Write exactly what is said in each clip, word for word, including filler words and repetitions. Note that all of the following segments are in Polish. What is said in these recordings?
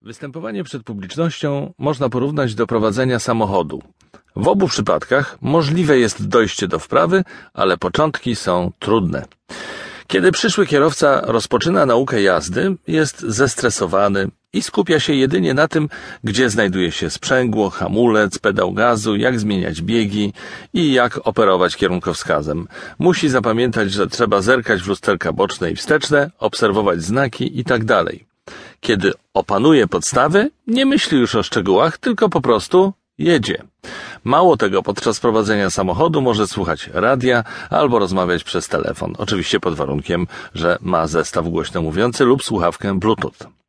Występowanie przed publicznością można porównać do prowadzenia samochodu. W obu przypadkach możliwe jest dojście do wprawy, ale początki są trudne. Kiedy przyszły kierowca rozpoczyna naukę jazdy, jest zestresowany i skupia się jedynie na tym, gdzie znajduje się sprzęgło, hamulec, pedał gazu, jak zmieniać biegi i jak operować kierunkowskazem. Musi zapamiętać, że trzeba zerkać w lusterka boczne i wsteczne, obserwować znaki itd. Kiedy opanuje podstawy, nie myśli już o szczegółach, tylko po prostu jedzie. Mało tego, podczas prowadzenia samochodu może słuchać radia albo rozmawiać przez telefon, oczywiście pod warunkiem, że ma zestaw głośno mówiący lub słuchawkę Bluetooth.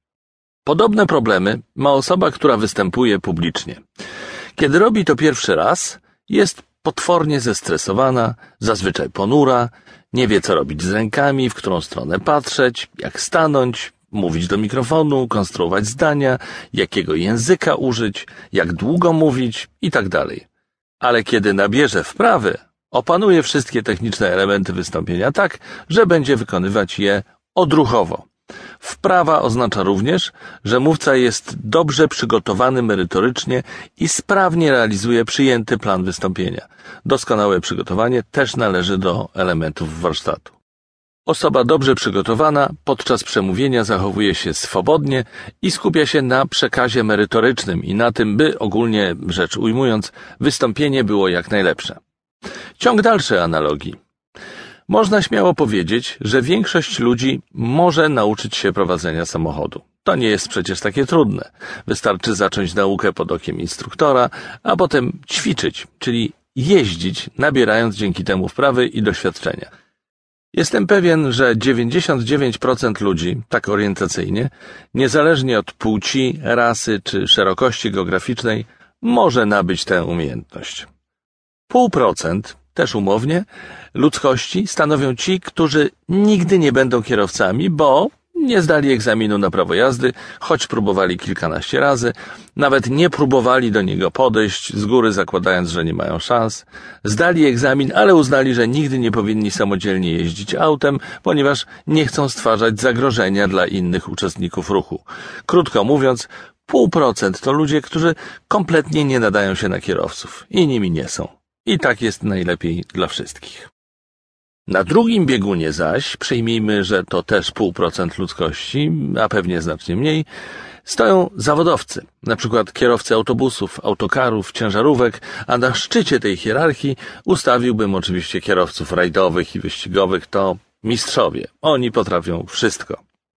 Podobne problemy ma osoba, która występuje publicznie. Kiedy robi to pierwszy raz, jest potwornie zestresowana, zazwyczaj ponura, nie wie, co robić z rękami, w którą stronę patrzeć, jak stanąć, mówić do mikrofonu, konstruować zdania, jakiego języka użyć, jak długo mówić itd. Ale kiedy nabierze wprawy, opanuje wszystkie techniczne elementy wystąpienia tak, że będzie wykonywać je odruchowo. Wprawa oznacza również, że mówca jest dobrze przygotowany merytorycznie i sprawnie realizuje przyjęty plan wystąpienia. Doskonałe przygotowanie też należy do elementów warsztatu. Osoba dobrze przygotowana podczas przemówienia zachowuje się swobodnie i skupia się na przekazie merytorycznym i na tym, by, ogólnie rzecz ujmując, wystąpienie było jak najlepsze. Ciąg dalszy analogii. Można śmiało powiedzieć, że większość ludzi może nauczyć się prowadzenia samochodu. To nie jest przecież takie trudne. Wystarczy zacząć naukę pod okiem instruktora, a potem ćwiczyć, czyli jeździć, nabierając dzięki temu wprawy i doświadczenia. Jestem pewien, że dziewięćdziesiąt dziewięć procent ludzi, tak orientacyjnie, niezależnie od płci, rasy czy szerokości geograficznej, może nabyć tę umiejętność. Pół procent, też umownie, ludzkości stanowią ci, którzy nigdy nie będą kierowcami, bo nie zdali egzaminu na prawo jazdy, choć próbowali kilkanaście razy, nawet nie próbowali do niego podejść, z góry zakładając, że nie mają szans. Zdali egzamin, ale uznali, że nigdy nie powinni samodzielnie jeździć autem, ponieważ nie chcą stwarzać zagrożenia dla innych uczestników ruchu. Krótko mówiąc, pół procent to ludzie, którzy kompletnie nie nadają się na kierowców i nimi nie są. I tak jest najlepiej dla wszystkich. Na drugim biegunie zaś, przyjmijmy, że to też pół procent ludzkości, a pewnie znacznie mniej, stoją zawodowcy, na przykład kierowcy autobusów, autokarów, ciężarówek, a na szczycie tej hierarchii ustawiłbym oczywiście kierowców rajdowych i wyścigowych, to mistrzowie. Oni potrafią wszystko.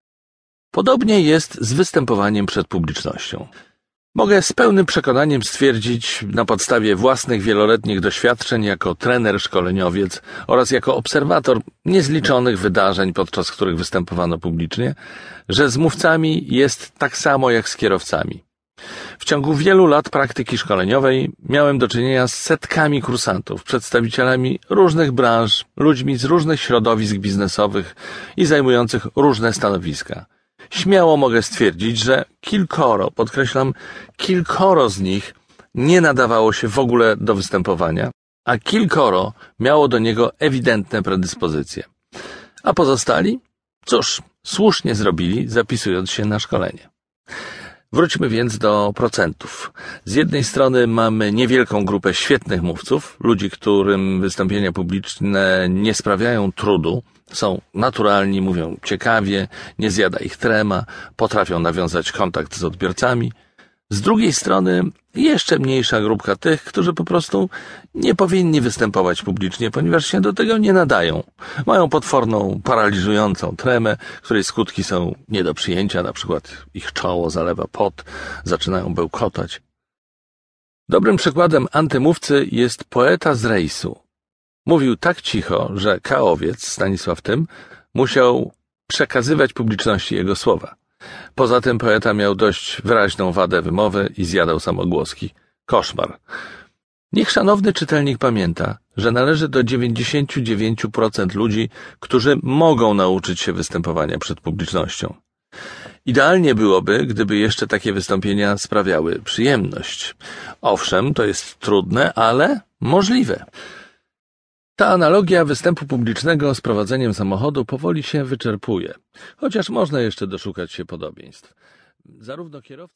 Podobnie jest z występowaniem przed publicznością. Mogę z pełnym przekonaniem stwierdzić na podstawie własnych wieloletnich doświadczeń jako trener, szkoleniowiec oraz jako obserwator niezliczonych wydarzeń, podczas których występowano publicznie, że z mówcami jest tak samo jak z kierowcami. W ciągu wielu lat praktyki szkoleniowej miałem do czynienia z setkami kursantów, przedstawicielami różnych branż, ludźmi z różnych środowisk biznesowych i zajmujących różne stanowiska. Śmiało mogę stwierdzić, że kilkoro, podkreślam, kilkoro z nich nie nadawało się w ogóle do występowania, a kilkoro miało do niego ewidentne predyspozycje. A pozostali? Cóż, słusznie zrobili, zapisując się na szkolenie. Wróćmy więc do procentów. Z jednej strony mamy niewielką grupę świetnych mówców, ludzi, którym wystąpienia publiczne nie sprawiają trudu, są naturalni, mówią ciekawie, nie zjada ich trema, potrafią nawiązać kontakt z odbiorcami. Z drugiej strony jeszcze mniejsza grupka tych, którzy po prostu nie powinni występować publicznie, ponieważ się do tego nie nadają. Mają potworną, paraliżującą tremę, której skutki są nie do przyjęcia, na przykład ich czoło zalewa pot, zaczynają bełkotać. Dobrym przykładem antymówcy jest poeta z rejsu. Mówił tak cicho, że K-owiec, Stanisław Tym, musiał przekazywać publiczności jego słowa. Poza tym poeta miał dość wyraźną wadę wymowy i zjadał samogłoski. Koszmar. Niech szanowny czytelnik pamięta, że należy do dziewięćdziesięciu dziewięciu procent ludzi, którzy mogą nauczyć się występowania przed publicznością. Idealnie byłoby, gdyby jeszcze takie wystąpienia sprawiały przyjemność. Owszem, to jest trudne, ale możliwe. Ta analogia występu publicznego z prowadzeniem samochodu powoli się wyczerpuje, chociaż można jeszcze doszukać się podobieństw. zarówno kierowca,